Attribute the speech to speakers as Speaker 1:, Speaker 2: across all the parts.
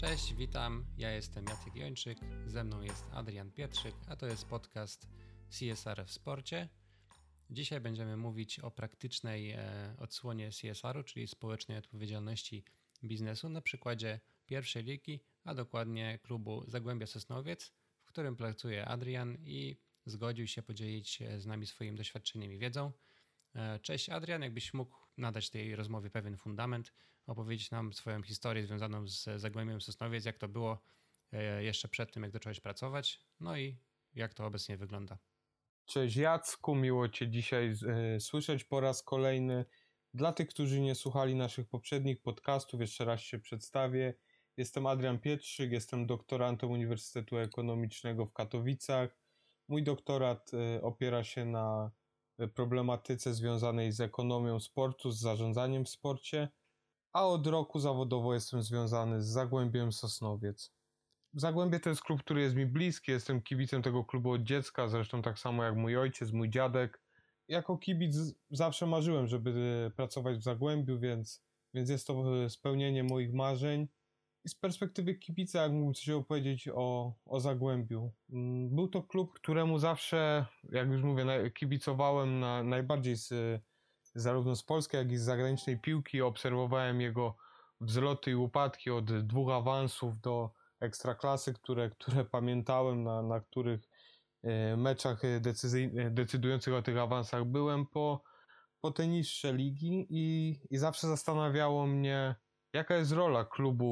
Speaker 1: Cześć, witam. Ja jestem Jacek Jończyk, ze mną jest Adrian Pietrzyk, a to jest podcast CSR w sporcie. Dzisiaj będziemy mówić o praktycznej odsłonie CSR-u, czyli społecznej odpowiedzialności biznesu na przykładzie pierwszej ligi, a dokładnie klubu Zagłębia Sosnowiec, w którym pracuje Adrian i zgodził się podzielić z nami swoimi doświadczeniami i wiedzą. Cześć Adrian, jakbyś mógł nadać tej rozmowie pewien fundament, opowiedzieć nam swoją historię związaną z Zagłębiem Sosnowiec, jak to było jeszcze przed tym, jak zacząłeś pracować, no i jak to obecnie wygląda.
Speaker 2: Cześć Jacku, miło Cię dzisiaj słyszeć po raz kolejny. Dla tych, którzy nie słuchali naszych poprzednich podcastów, jeszcze raz się przedstawię. Jestem Adrian Pietrzyk, jestem doktorantem Uniwersytetu Ekonomicznego w Katowicach. Mój doktorat opiera się na problematyce związanej z ekonomią sportu, z zarządzaniem w sporcie, a od roku zawodowo jestem związany z Zagłębiem Sosnowiec. Zagłębie to jest klub, który jest mi bliski, jestem kibicem tego klubu od dziecka, zresztą tak samo jak mój ojciec, mój dziadek. Jako kibic zawsze marzyłem, żeby pracować w Zagłębiu, więc jest to spełnienie moich marzeń. I z perspektywy kibica, jak mógłbym coś opowiedzieć o Zagłębiu. Był to klub, któremu zawsze, jak już mówię, kibicowałem najbardziej zarówno z polskiej, jak i z zagranicznej piłki. Obserwowałem jego wzloty i upadki od 2 awansów do ekstraklasy, które pamiętałem, na których meczach decydujących o tych awansach byłem, po te niższe ligi i zawsze zastanawiało mnie, jaka jest rola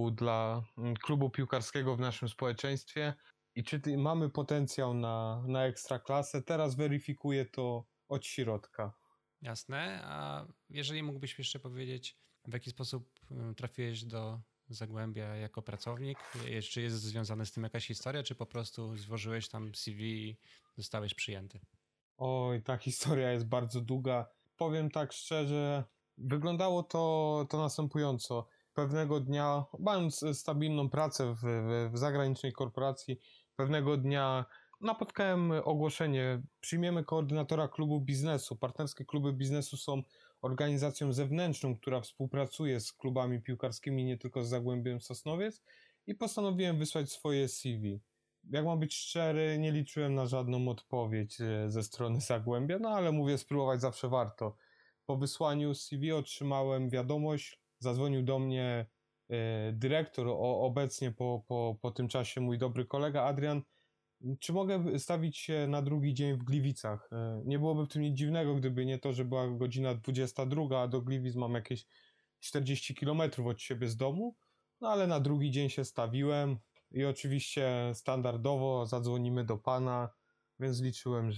Speaker 2: klubu piłkarskiego w naszym społeczeństwie i czy mamy potencjał na ekstraklasę. Teraz weryfikuję to od środka.
Speaker 1: Jasne, a jeżeli mógłbyś jeszcze powiedzieć, w jaki sposób trafiłeś do Zagłębia jako pracownik? Czy jest związana z tym jakaś historia, czy po prostu złożyłeś tam CV i zostałeś przyjęty?
Speaker 2: Oj, ta historia jest bardzo długa. Powiem tak szczerze, wyglądało to następująco. Pewnego dnia, mając stabilną pracę w zagranicznej korporacji, pewnego dnia napotkałem ogłoszenie: przyjmiemy koordynatora klubu biznesu. Partnerskie kluby biznesu są organizacją zewnętrzną, która współpracuje z klubami piłkarskimi, nie tylko z Zagłębiem Sosnowiec, i postanowiłem wysłać swoje CV. Jak mam być szczery, nie liczyłem na żadną odpowiedź ze strony Zagłębia, no ale mówię, spróbować zawsze warto. Po wysłaniu CV otrzymałem wiadomość, zadzwonił do mnie dyrektor, obecnie po tym czasie mój dobry kolega Adrian, czy mogę stawić się na drugi dzień w Gliwicach. Nie byłoby w tym nic dziwnego, gdyby nie to, że była godzina 22, a do Gliwic mam jakieś 40 km od siebie z domu, no ale na drugi dzień się stawiłem. I oczywiście standardowo zadzwonimy do pana, więc liczyłem,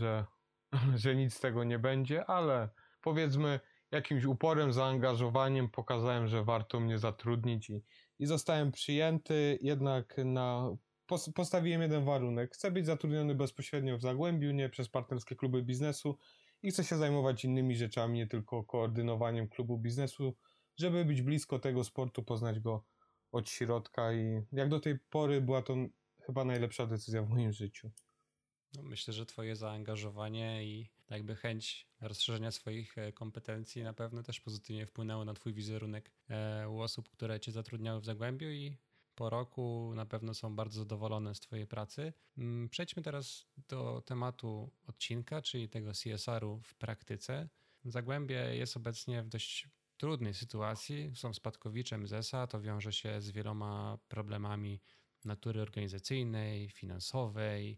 Speaker 2: że nic z tego nie będzie, ale powiedzmy jakimś uporem, zaangażowaniem pokazałem, że warto mnie zatrudnić i zostałem przyjęty, jednak postawiłem jeden warunek. Chcę być zatrudniony bezpośrednio w Zagłębiu, nie przez partnerskie kluby biznesu i chcę się zajmować innymi rzeczami, nie tylko koordynowaniem klubu biznesu, żeby być blisko tego sportu, poznać go od środka i jak do tej pory była to chyba najlepsza decyzja w moim życiu.
Speaker 1: No, myślę, że twoje zaangażowanie i jakby chęć rozszerzenia swoich kompetencji na pewno też pozytywnie wpłynęło na twój wizerunek u osób, które cię zatrudniały w Zagłębiu i po roku na pewno są bardzo zadowolone z twojej pracy. Przejdźmy teraz do tematu odcinka, czyli tego CSR-u w praktyce. Zagłębie jest obecnie w dość trudnej sytuacji. Są spadkowiczem ZES-a, to wiąże się z wieloma problemami natury organizacyjnej, finansowej,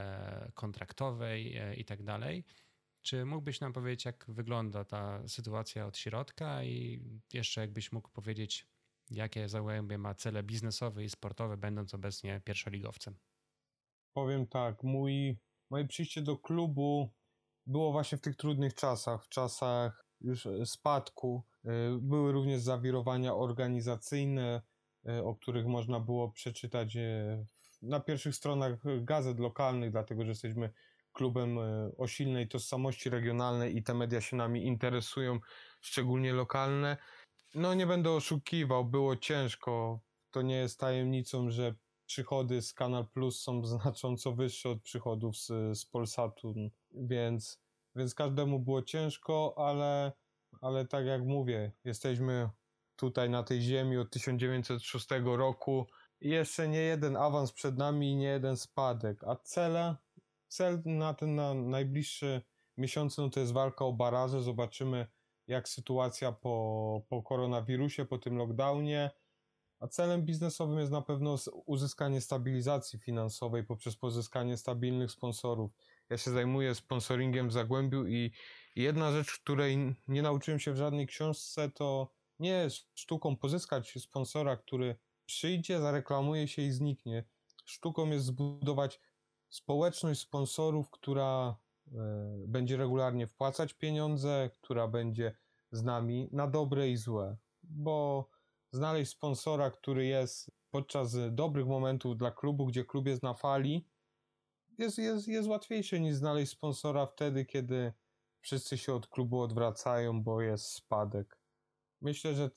Speaker 1: kontraktowej i tak dalej. Czy mógłbyś nam powiedzieć, jak wygląda ta sytuacja od środka i jeszcze jakbyś mógł powiedzieć, jakie Zagłębie ma cele biznesowe i sportowe, będąc obecnie pierwszoligowcem?
Speaker 2: Powiem tak, moje przyjście do klubu było właśnie w tych trudnych czasach, w czasach już spadku. Były również zawirowania organizacyjne, o których można było przeczytać na pierwszych stronach gazet lokalnych, dlatego że jesteśmy klubem o silnej tożsamości regionalnej i te media się nami interesują, szczególnie lokalne. No nie będę oszukiwał, było ciężko. To nie jest tajemnicą, że przychody z Kanal Plus są znacząco wyższe od przychodów z Polsatu, więc każdemu było ciężko, ale tak jak mówię, jesteśmy tutaj na tej ziemi od 1906 roku. I jeszcze nie jeden awans przed nami i nie jeden spadek. A cel na najbliższe miesiące no to jest walka o baraże. Zobaczymy, jak sytuacja po koronawirusie, po tym lockdownie. A celem biznesowym jest na pewno uzyskanie stabilizacji finansowej poprzez pozyskanie stabilnych sponsorów. Ja się zajmuję sponsoringiem w Zagłębiu i jedna rzecz, której nie nauczyłem się w żadnej książce, to nie jest sztuką pozyskać sponsora, który przyjdzie, zareklamuje się i zniknie. Sztuką jest zbudować społeczność sponsorów, która będzie regularnie wpłacać pieniądze, która będzie z nami na dobre i złe. Bo znaleźć sponsora, który jest podczas dobrych momentów dla klubu, gdzie klub jest na fali, jest łatwiejsze niż znaleźć sponsora wtedy, kiedy wszyscy się od klubu odwracają, bo jest spadek. Myślę, że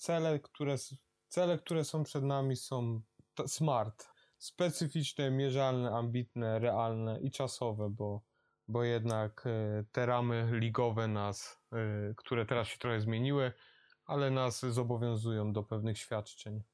Speaker 2: cele, które są przed nami są smart, specyficzne, mierzalne, ambitne, realne i czasowe, bo jednak te ramy ligowe które teraz się trochę zmieniły, ale nas zobowiązują do pewnych świadczeń.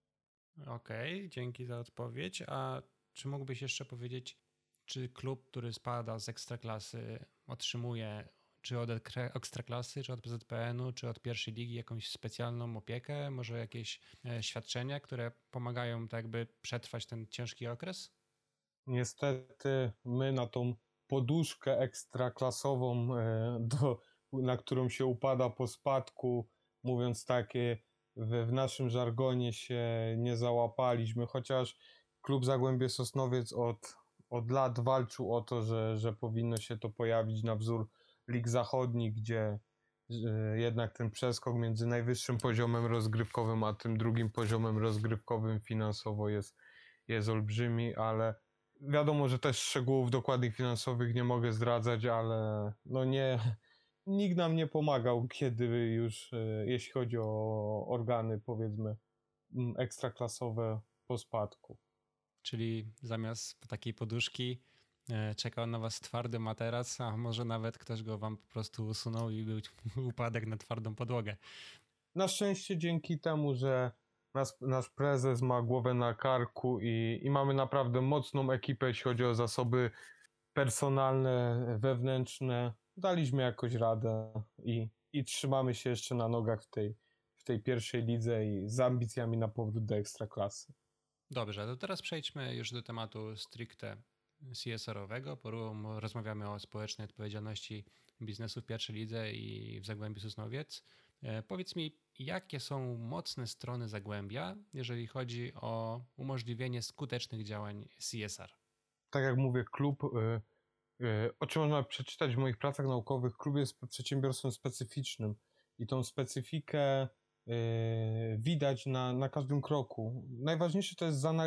Speaker 1: Okej, dzięki za odpowiedź. A czy mógłbyś jeszcze powiedzieć, czy klub, który spada z Ekstraklasy, otrzymuje czy od Ekstraklasy, czy od PZPN-u, czy od pierwszej ligi jakąś specjalną opiekę, może jakieś świadczenia, które pomagają tak jakby przetrwać ten ciężki okres?
Speaker 2: Niestety my na tą poduszkę ekstraklasową, na którą się upada po spadku, mówiąc takie w naszym żargonie, się nie załapaliśmy, chociaż klub Zagłębie Sosnowiec od lat walczył o to, że powinno się to pojawić na wzór lig zachodnich, gdzie jednak ten przeskok między najwyższym poziomem rozgrywkowym a tym drugim poziomem rozgrywkowym finansowo jest olbrzymi, ale wiadomo, że też szczegółów dokładnych finansowych nie mogę zdradzać, ale no nikt nam nie pomagał, kiedy już, jeśli chodzi o organy, powiedzmy, ekstraklasowe po spadku.
Speaker 1: Czyli zamiast takiej poduszki czekał na was twardy materac, a może nawet ktoś go wam po prostu usunął i był upadek na twardą podłogę.
Speaker 2: Na szczęście dzięki temu, że nasz prezes ma głowę na karku i mamy naprawdę mocną ekipę, jeśli chodzi o zasoby personalne, wewnętrzne, daliśmy jakoś radę i trzymamy się jeszcze na nogach w tej pierwszej lidze i z ambicjami na powrót do Ekstraklasy.
Speaker 1: Dobrze, to teraz przejdźmy już do tematu stricte CSR-owego. Rozmawiamy o społecznej odpowiedzialności biznesu w pierwszej lidze i w Zagłębiu Sosnowiec. Powiedz mi, jakie są mocne strony Zagłębia, jeżeli chodzi o umożliwienie skutecznych działań CSR?
Speaker 2: Tak jak mówię, klub, o czym można przeczytać w moich pracach naukowych, klub jest przedsiębiorstwem specyficznym i tą specyfikę widać na każdym kroku. Najważniejsze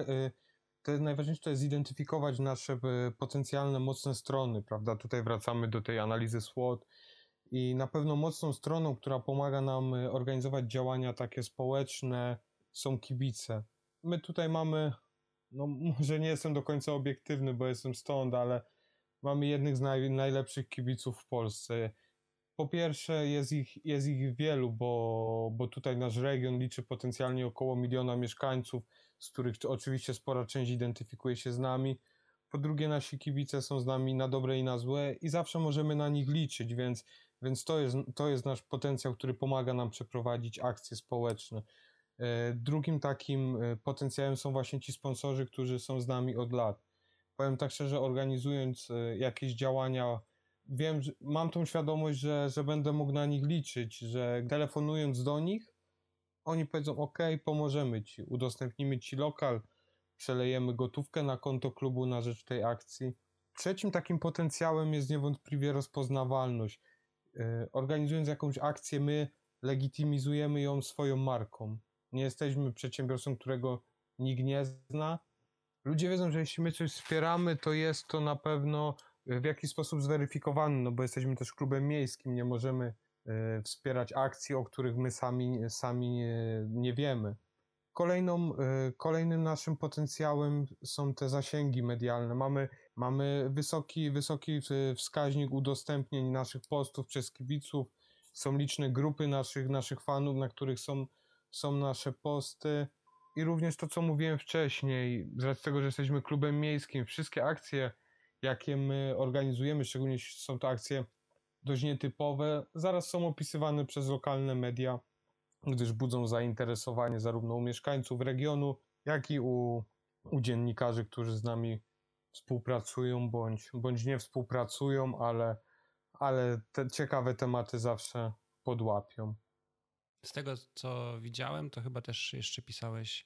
Speaker 2: to jest zidentyfikować nasze potencjalne mocne strony, prawda? Tutaj wracamy do tej analizy SWOT i na pewno mocną stroną, która pomaga nam organizować działania takie społeczne, są kibice. My tutaj mamy, no może nie jestem do końca obiektywny, bo jestem stąd, ale mamy jednych z najlepszych kibiców w Polsce. Po pierwsze jest ich wielu, bo tutaj nasz region liczy potencjalnie około 1 miliona mieszkańców, z których oczywiście spora część identyfikuje się z nami. Po drugie, nasi kibice są z nami na dobre i na złe i zawsze możemy na nich liczyć, więc to jest nasz potencjał, który pomaga nam przeprowadzić akcje społeczne. Drugim takim potencjałem są właśnie ci sponsorzy, którzy są z nami od lat. Powiem tak szczerze, organizując jakieś działania, wiem, że mam tą świadomość, że będę mógł na nich liczyć, że telefonując do nich, oni powiedzą: OK, pomożemy ci, udostępnimy ci lokal, przelejemy gotówkę na konto klubu na rzecz tej akcji. Trzecim takim potencjałem jest niewątpliwie rozpoznawalność. Organizując jakąś akcję, my legitymizujemy ją swoją marką. Nie jesteśmy przedsiębiorstwem, którego nikt nie zna. Ludzie wiedzą, że jeśli my coś wspieramy, to jest to na pewno w jakiś sposób zweryfikowane, no bo jesteśmy też klubem miejskim, nie możemy wspierać akcji, o których my sami nie wiemy. Kolejnym naszym potencjałem są te zasięgi medialne. Mamy wysoki wskaźnik udostępnień naszych postów przez kibiców. Są liczne grupy naszych fanów, na których są nasze posty. i również to, co mówiłem wcześniej, z racji tego, że jesteśmy klubem miejskim, wszystkie akcje, jakie my organizujemy, szczególnie jeśli są to akcje dość nietypowe, zaraz są opisywane przez lokalne media, gdyż budzą zainteresowanie zarówno u mieszkańców regionu, jak i u dziennikarzy, którzy z nami współpracują bądź nie współpracują, ale te ciekawe tematy zawsze podłapią.
Speaker 1: Z tego, co widziałem, to chyba też jeszcze pisałeś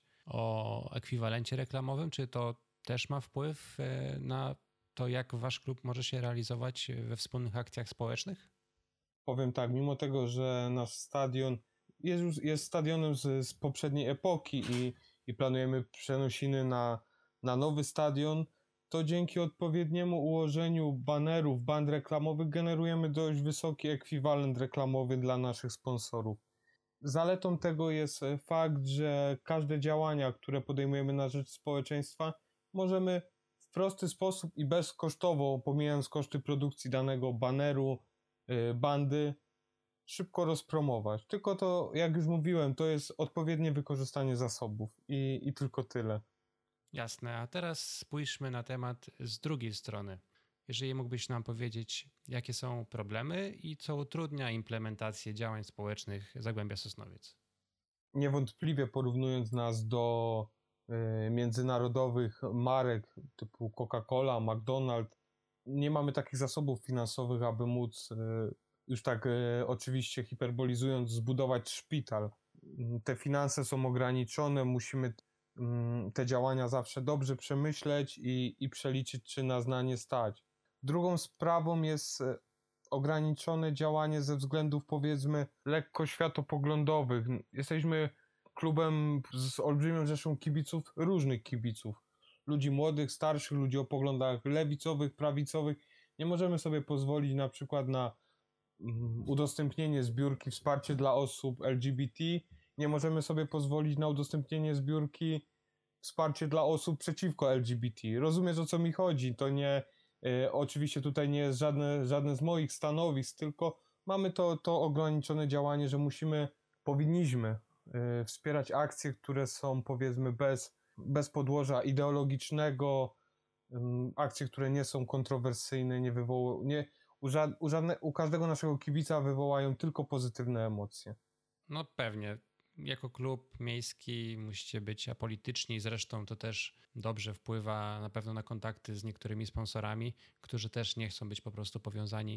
Speaker 1: o ekwiwalencie reklamowym. Czy to też ma wpływ na to, jak wasz klub może się realizować we wspólnych akcjach społecznych?
Speaker 2: Powiem tak, mimo tego, że nasz stadion jest stadionem z poprzedniej epoki i planujemy przenosiny na nowy stadion, to dzięki odpowiedniemu ułożeniu banerów, band reklamowych generujemy dość wysoki ekwiwalent reklamowy dla naszych sponsorów. Zaletą tego jest fakt, że każde działania, które podejmujemy na rzecz społeczeństwa, możemy w prosty sposób i bezkosztowo, pomijając koszty produkcji danego baneru, bandy, szybko rozpromować. Tylko to, jak już mówiłem, to jest odpowiednie wykorzystanie zasobów i tylko tyle.
Speaker 1: Jasne, a teraz spójrzmy na temat z drugiej strony. Jeżeli mógłbyś nam powiedzieć, jakie są problemy i co utrudnia implementację działań społecznych Zagłębia Sosnowiec?
Speaker 2: Niewątpliwie porównując nas do międzynarodowych marek typu Coca-Cola, McDonald's, nie mamy takich zasobów finansowych, aby móc, już tak oczywiście hiperbolizując, zbudować szpital. Te finanse są ograniczone, musimy te działania zawsze dobrze przemyśleć i przeliczyć, czy nas na nie stać. Drugą sprawą jest ograniczone działanie ze względów, powiedzmy, lekko światopoglądowych. Jesteśmy klubem z olbrzymią rzeszą kibiców, różnych kibiców. Ludzi młodych, starszych, ludzi o poglądach lewicowych, prawicowych. Nie możemy sobie pozwolić na przykład na udostępnienie zbiórki wsparcie dla osób LGBT. Nie możemy sobie pozwolić na udostępnienie zbiórki wsparcie dla osób przeciwko LGBT. Rozumiesz, o co mi chodzi? To nie, oczywiście tutaj nie jest żadne z moich stanowisk, tylko mamy to ograniczone działanie, że powinniśmy wspierać akcje, które są, powiedzmy, bez podłoża ideologicznego, akcje, które nie są kontrowersyjne, u każdego naszego kibica wywołają tylko pozytywne emocje.
Speaker 1: No pewnie. Jako klub miejski musicie być apolityczni, zresztą to też dobrze wpływa na pewno na kontakty z niektórymi sponsorami, którzy też nie chcą być po prostu powiązani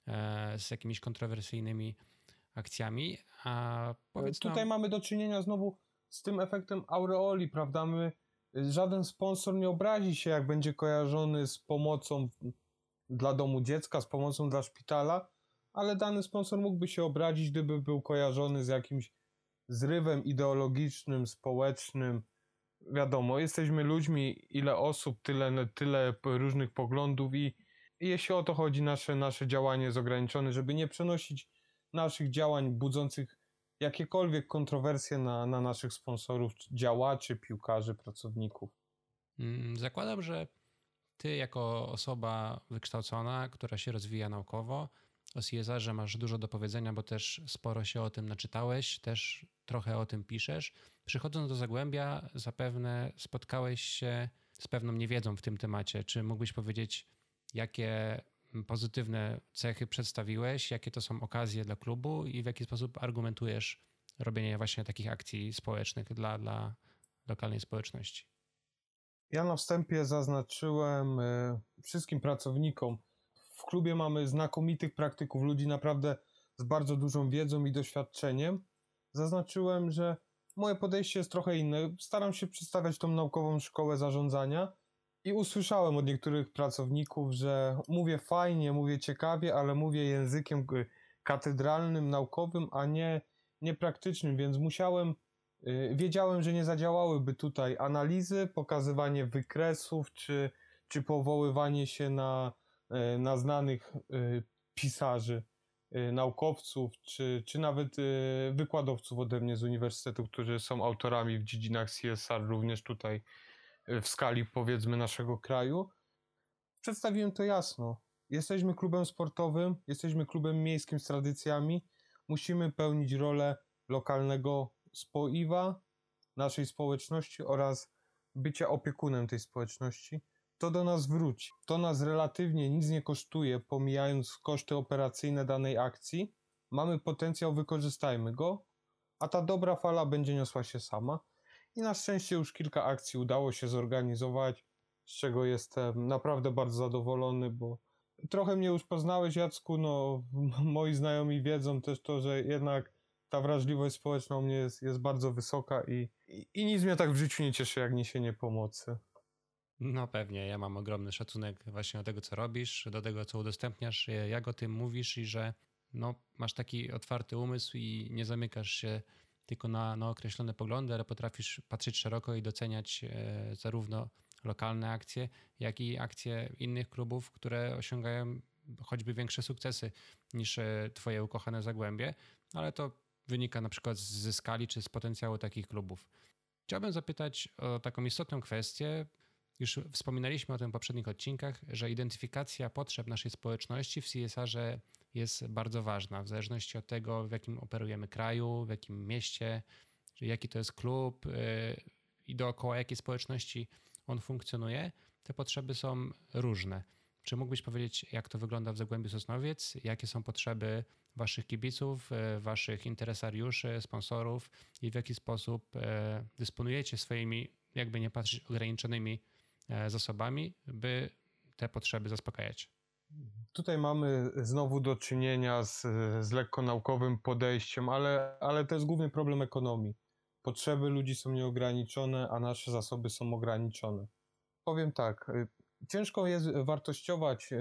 Speaker 1: z jakimiś kontrowersyjnymi akcjami. A powiedz
Speaker 2: Tutaj
Speaker 1: nam...
Speaker 2: mamy do czynienia znowu z tym efektem aureoli, prawda? Żaden sponsor nie obrazi się, jak będzie kojarzony z pomocą dla domu dziecka, z pomocą dla szpitala, ale dany sponsor mógłby się obrazić, gdyby był kojarzony z jakimś zrywem ideologicznym, społecznym. Wiadomo, jesteśmy ludźmi, ile osób, tyle różnych poglądów i jeśli o to chodzi, nasze działanie jest ograniczone, żeby nie przenosić naszych działań budzących jakiekolwiek kontrowersje na naszych sponsorów, działaczy, piłkarzy, pracowników.
Speaker 1: Zakładam, że ty jako osoba wykształcona, która się rozwija naukowo, o CSR-ze masz dużo do powiedzenia, bo też sporo się o tym naczytałeś, też trochę o tym piszesz. Przychodząc do Zagłębia, zapewne spotkałeś się z pewną niewiedzą w tym temacie. Czy mógłbyś powiedzieć, jakie pozytywne cechy przedstawiłeś, jakie to są okazje dla klubu i w jaki sposób argumentujesz robienie właśnie takich akcji społecznych dla lokalnej społeczności?
Speaker 2: Ja na wstępie zaznaczyłem wszystkim pracownikom, w klubie mamy znakomitych praktyków, ludzi naprawdę z bardzo dużą wiedzą i doświadczeniem. Zaznaczyłem, że moje podejście jest trochę inne. Staram się przedstawiać tą naukową szkołę zarządzania i usłyszałem od niektórych pracowników, że mówię fajnie, mówię ciekawie, ale mówię językiem katedralnym, naukowym, a nie praktycznym, więc wiedziałem, że nie zadziałałyby tutaj analizy, pokazywanie wykresów, czy powoływanie się na znanych pisarzy, naukowców, czy nawet wykładowców ode mnie z uniwersytetu, którzy są autorami w dziedzinach CSR, również tutaj w skali, powiedzmy, naszego kraju. Przedstawiłem to jasno. Jesteśmy klubem sportowym, jesteśmy klubem miejskim z tradycjami, musimy pełnić rolę lokalnego spoiwa, naszej społeczności oraz bycia opiekunem tej społeczności, to do nas wróci. To nas relatywnie nic nie kosztuje, pomijając koszty operacyjne danej akcji. Mamy potencjał, wykorzystajmy go, a ta dobra fala będzie niosła się sama. I na szczęście już kilka akcji udało się zorganizować, z czego jestem naprawdę bardzo zadowolony, bo trochę mnie już poznałeś, Jacku, no moi znajomi wiedzą też to, że jednak ta wrażliwość społeczna u mnie jest bardzo wysoka i nic mnie tak w życiu nie cieszy jak niesienie pomocy.
Speaker 1: No pewnie, ja mam ogromny szacunek właśnie do tego, co robisz, do tego, co udostępniasz, jak o tym mówisz i że no, masz taki otwarty umysł i nie zamykasz się tylko na określone poglądy, ale potrafisz patrzeć szeroko i doceniać zarówno lokalne akcje, jak i akcje innych klubów, które osiągają choćby większe sukcesy niż twoje ukochane Zagłębie, ale to wynika na przykład ze skali czy z potencjału takich klubów. Chciałbym zapytać o taką istotną kwestię. Już wspominaliśmy o tym w poprzednich odcinkach, że identyfikacja potrzeb naszej społeczności w CSR-ze jest bardzo ważna, w zależności od tego, w jakim operujemy kraju, w jakim mieście, jaki to jest klub i dookoła jakiej społeczności on funkcjonuje, te potrzeby są różne. Czy mógłbyś powiedzieć, jak to wygląda w Zagłębiu Sosnowiec? Jakie są potrzeby waszych kibiców, waszych interesariuszy, sponsorów i w jaki sposób dysponujecie swoimi, jakby nie patrzeć, ograniczonymi zasobami, by te potrzeby zaspokajać?
Speaker 2: Tutaj mamy znowu do czynienia z lekko naukowym podejściem, ale to jest głównie problem ekonomii. Potrzeby ludzi są nieograniczone, a nasze zasoby są ograniczone. Powiem tak, ciężko jest wartościować,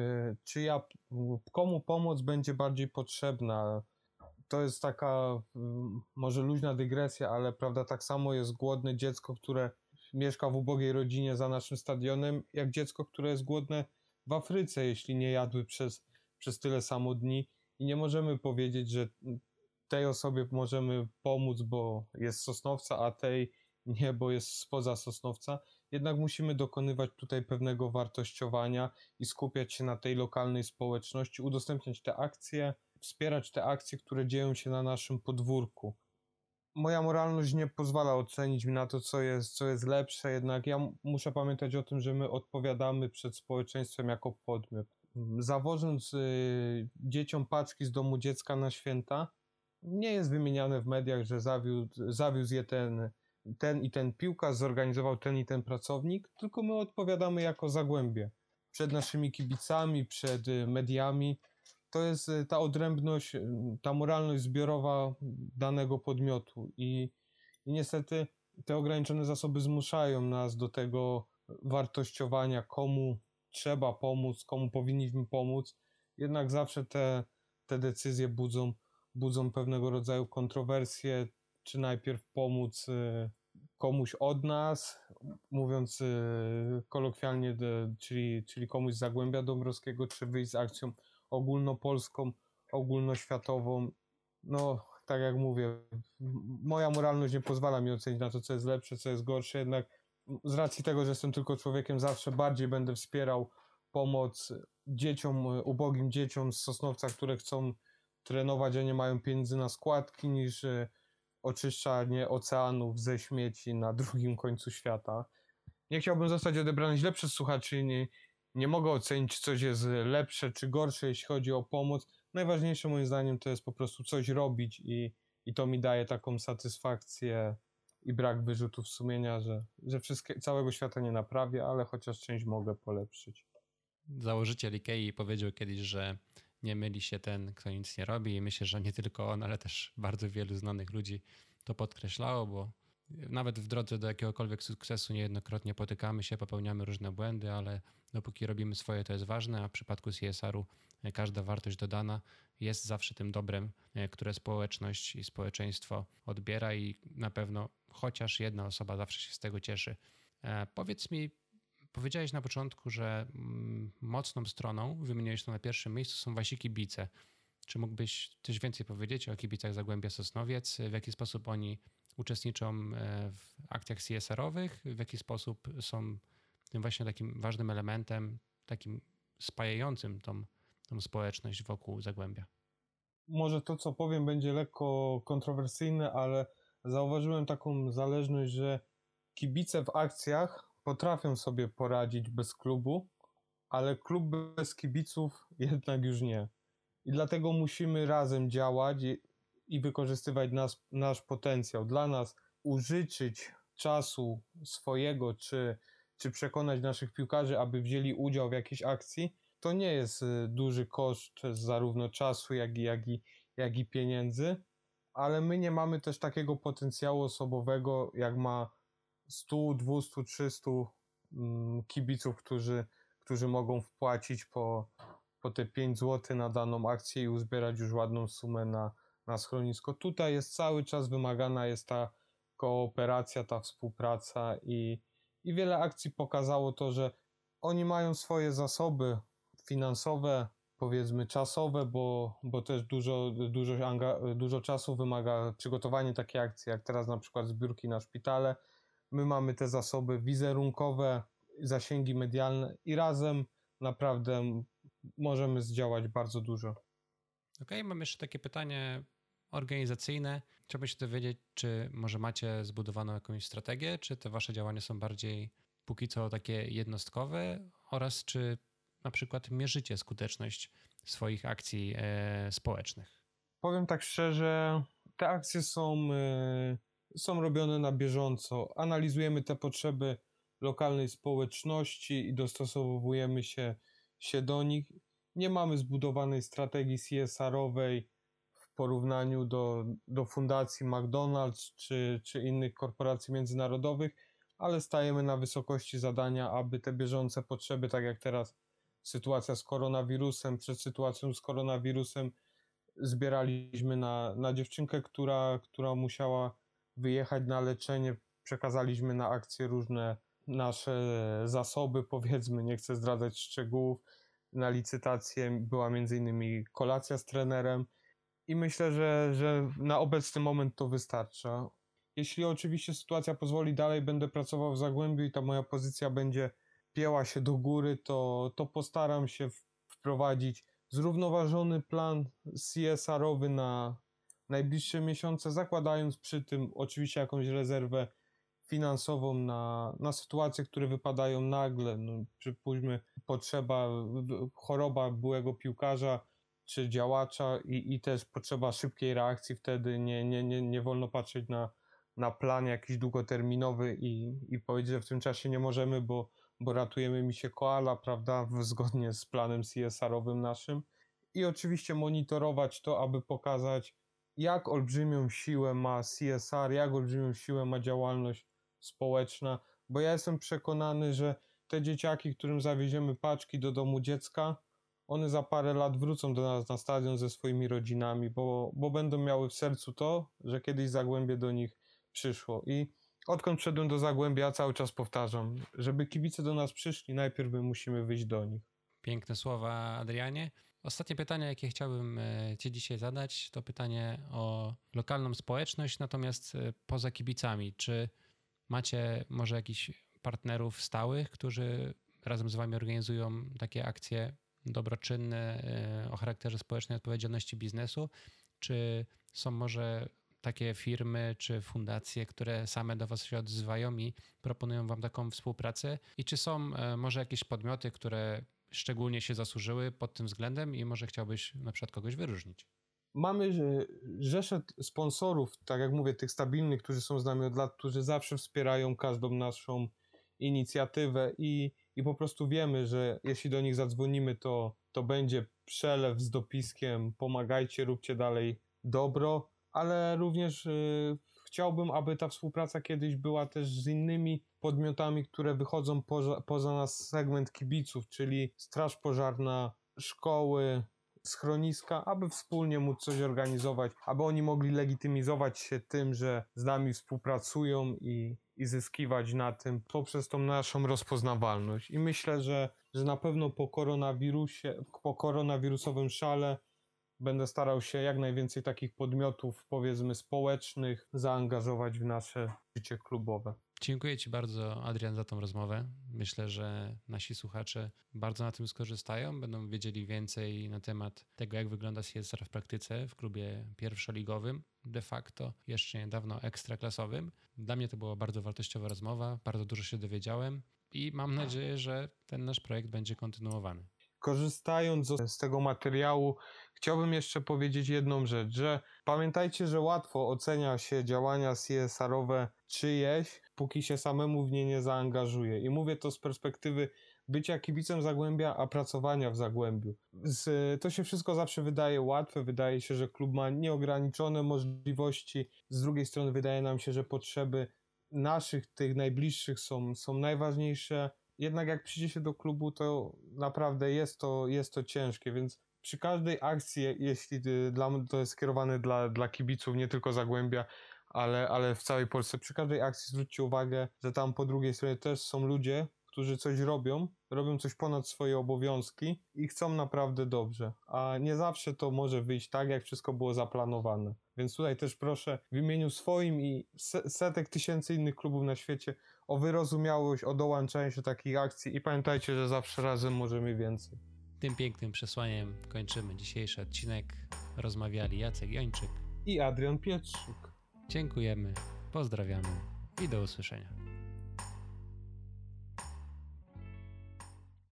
Speaker 2: komu pomoc będzie bardziej potrzebna. To jest taka może luźna dygresja, ale prawda, tak samo jest głodne dziecko, które mieszka w ubogiej rodzinie za naszym stadionem, jak dziecko, które jest głodne w Afryce, jeśli nie jadły przez tyle samo dni. I nie możemy powiedzieć, że tej osobie możemy pomóc, bo jest z Sosnowca, a tej nie, bo jest spoza Sosnowca. Jednak musimy dokonywać tutaj pewnego wartościowania i skupiać się na tej lokalnej społeczności, udostępniać te akcje, wspierać te akcje, które dzieją się na naszym podwórku. Moja moralność nie pozwala ocenić mi na to, co jest lepsze, jednak ja muszę pamiętać o tym, że my odpowiadamy przed społeczeństwem jako podmiot. Zawożąc dzieciom paczki z domu dziecka na święta, nie jest wymieniane w mediach, że zawiózł je ten i ten piłkarz, zorganizował ten i ten pracownik, tylko my odpowiadamy jako Zagłębie. Przed naszymi kibicami, przed mediami. To jest ta odrębność, ta moralność zbiorowa danego podmiotu i niestety te ograniczone zasoby zmuszają nas do tego wartościowania, komu trzeba pomóc, komu powinniśmy pomóc. Jednak zawsze te decyzje budzą pewnego rodzaju kontrowersje, czy najpierw pomóc komuś od nas, mówiąc kolokwialnie, czyli komuś z Zagłębia Dąbrowskiego, czy wyjść z akcją ogólnopolską, ogólnoświatową. No, tak jak mówię, moja moralność nie pozwala mi ocenić na to, co jest lepsze, co jest gorsze, jednak z racji tego, że jestem tylko człowiekiem, zawsze bardziej będę wspierał pomoc dzieciom, ubogim dzieciom z Sosnowca, które chcą trenować, a nie mają pieniędzy na składki, niż oczyszczanie oceanów ze śmieci na drugim końcu świata. Nie chciałbym zostać odebrany źle przez słuchaczy, nie mogę ocenić, czy coś jest lepsze czy gorsze, jeśli chodzi o pomoc. Najważniejsze moim zdaniem to jest po prostu coś robić i to mi daje taką satysfakcję i brak wyrzutów sumienia, że całego świata nie naprawię, ale chociaż część mogę polepszyć.
Speaker 1: Założyciel Ikei powiedział kiedyś, że nie myli się ten, kto nic nie robi i myślę, że nie tylko on, ale też bardzo wielu znanych ludzi to podkreślało, bo nawet w drodze do jakiegokolwiek sukcesu niejednokrotnie potykamy się, popełniamy różne błędy, ale dopóki robimy swoje, to jest ważne, a w przypadku CSR-u każda wartość dodana jest zawsze tym dobrem, które społeczność i społeczeństwo odbiera i na pewno chociaż jedna osoba zawsze się z tego cieszy. Powiedz mi, powiedziałeś na początku, że mocną stroną, wymieniłeś to na pierwszym miejscu, są wasi kibice. Czy mógłbyś coś więcej powiedzieć o kibicach Zagłębia Sosnowiec? W jaki sposób oni uczestniczą w akcjach CSR-owych? W jaki sposób są tym właśnie takim ważnym elementem, takim spajającym tą społeczność wokół Zagłębia?
Speaker 2: Może to, co powiem, będzie lekko kontrowersyjne, ale zauważyłem taką zależność, że kibice w akcjach potrafią sobie poradzić bez klubu, ale klub bez kibiców jednak już nie. I dlatego musimy razem działać i wykorzystywać nasz potencjał. Dla nas użyczyć czasu swojego, czy przekonać naszych piłkarzy, aby wzięli udział w jakiejś akcji, to nie jest duży koszt zarówno czasu, jak i pieniędzy, ale my nie mamy też takiego potencjału osobowego, jak ma 100, 200, 300 kibiców, którzy mogą wpłacić po te 5 zł na daną akcję i uzbierać już ładną sumę na schronisko. Tutaj jest cały czas wymagana jest ta kooperacja, ta współpraca i wiele akcji pokazało to, że oni mają swoje zasoby finansowe, powiedzmy czasowe, bo też dużo czasu wymaga przygotowanie takiej akcji, jak teraz na przykład zbiórki na szpitale. My mamy te zasoby wizerunkowe, zasięgi medialne i razem naprawdę możemy zdziałać bardzo dużo.
Speaker 1: Okej, mam jeszcze takie pytanie organizacyjne. Chciałbym się dowiedzieć, czy może macie zbudowaną jakąś strategię, czy te wasze działania są bardziej póki co takie jednostkowe oraz czy na przykład mierzycie skuteczność swoich akcji społecznych?
Speaker 2: Powiem tak szczerze, te akcje są robione na bieżąco. Analizujemy te potrzeby lokalnej społeczności i dostosowujemy się do nich. Nie mamy zbudowanej strategii CSR-owej w porównaniu do fundacji McDonald's czy innych korporacji międzynarodowych, ale stajemy na wysokości zadania, aby te bieżące potrzeby, tak jak teraz sytuacja z koronawirusem, przed sytuacją z koronawirusem, zbieraliśmy na dziewczynkę, która musiała wyjechać na leczenie. Przekazaliśmy na akcje różne nasze zasoby, powiedzmy, nie chcę zdradzać szczegółów. Na licytację była m.in. kolacja z trenerem i myślę, że na obecny moment to wystarcza. Jeśli oczywiście sytuacja pozwoli, dalej będę pracował w Zagłębiu i ta moja pozycja będzie pięła się do góry, to postaram się wprowadzić zrównoważony plan CSR-owy na najbliższe miesiące, zakładając przy tym oczywiście jakąś rezerwę finansową na sytuacje, które wypadają nagle. No, przypuśćmy choroba byłego piłkarza czy działacza i też potrzeba szybkiej reakcji wtedy. Nie wolno patrzeć na plan jakiś długoterminowy i powiedzieć, że w tym czasie nie możemy, bo ratujemy misie koala, prawda, zgodnie z planem CSR-owym naszym. I oczywiście monitorować to, aby pokazać, jak olbrzymią siłę ma CSR, jak olbrzymią siłę ma działalność społeczna, bo ja jestem przekonany, że te dzieciaki, którym zawieziemy paczki do domu dziecka, one za parę lat wrócą do nas na stadion ze swoimi rodzinami, bo będą miały w sercu to, że kiedyś Zagłębie do nich przyszło. I odkąd wszedłem do Zagłębia, ja cały czas powtarzam, żeby kibice do nas przyszli, najpierw my musimy wyjść do nich.
Speaker 1: Piękne słowa, Adrianie. Ostatnie pytanie, jakie chciałbym Ci dzisiaj zadać, to pytanie o lokalną społeczność, natomiast poza kibicami. Czy macie może jakichś partnerów stałych, którzy razem z Wami organizują takie akcje dobroczynne o charakterze społecznej odpowiedzialności biznesu? Czy są może takie firmy czy fundacje, które same do Was się odzywają i proponują Wam taką współpracę? I czy są może jakieś podmioty, które szczególnie się zasłużyły pod tym względem i może chciałbyś na przykład kogoś wyróżnić?
Speaker 2: Mamy rzeszę sponsorów, tak jak mówię, tych stabilnych, którzy są z nami od lat, którzy zawsze wspierają każdą naszą inicjatywę i po prostu wiemy, że jeśli do nich zadzwonimy, to będzie przelew z dopiskiem pomagajcie, róbcie dalej dobro, ale również chciałbym, aby ta współpraca kiedyś była też z innymi podmiotami, które wychodzą poza nasz segment kibiców, czyli Straż Pożarna, szkoły, schroniska, aby wspólnie móc coś organizować, aby oni mogli legitymizować się tym, że z nami współpracują i zyskiwać na tym poprzez tą naszą rozpoznawalność. I myślę, że na pewno po koronawirusowym szale będę starał się jak najwięcej takich podmiotów, powiedzmy, społecznych zaangażować w nasze życie klubowe.
Speaker 1: Dziękuję Ci bardzo, Adrian, za tą rozmowę. Myślę, że nasi słuchacze bardzo na tym skorzystają, będą wiedzieli więcej na temat tego, jak wygląda CSR w praktyce w klubie pierwszoligowym, de facto jeszcze niedawno ekstraklasowym. Dla mnie to była bardzo wartościowa rozmowa, bardzo dużo się dowiedziałem i mam nadzieję, że ten nasz projekt będzie kontynuowany.
Speaker 2: Korzystając z tego materiału, chciałbym jeszcze powiedzieć jedną rzecz, że pamiętajcie, że łatwo ocenia się działania CSR-owe czyjeś, póki się samemu w nie nie zaangażuje. I mówię to z perspektywy bycia kibicem Zagłębia, a pracowania w Zagłębiu. To się wszystko zawsze wydaje łatwe, wydaje się, że klub ma nieograniczone możliwości, z drugiej strony wydaje nam się, że potrzeby naszych, tych najbliższych są najważniejsze. Jednak jak przyjdzie się do klubu, to naprawdę jest to ciężkie, więc przy każdej akcji, jeśli to jest skierowane dla kibiców, nie tylko Zagłębia, ale w całej Polsce, przy każdej akcji zwróćcie uwagę, że tam po drugiej stronie też są ludzie, którzy coś robią coś ponad swoje obowiązki i chcą naprawdę dobrze, a nie zawsze to może wyjść tak, jak wszystko było zaplanowane. Więc tutaj też proszę w imieniu swoim i setek tysięcy innych klubów na świecie o wyrozumiałość, o dołączanie się takich akcji i pamiętajcie, że zawsze razem możemy więcej.
Speaker 1: Tym pięknym przesłaniem kończymy dzisiejszy odcinek. Rozmawiali Jacek Jończyk
Speaker 2: I Adrian Pietrzyk.
Speaker 1: Dziękujemy, pozdrawiamy i do usłyszenia.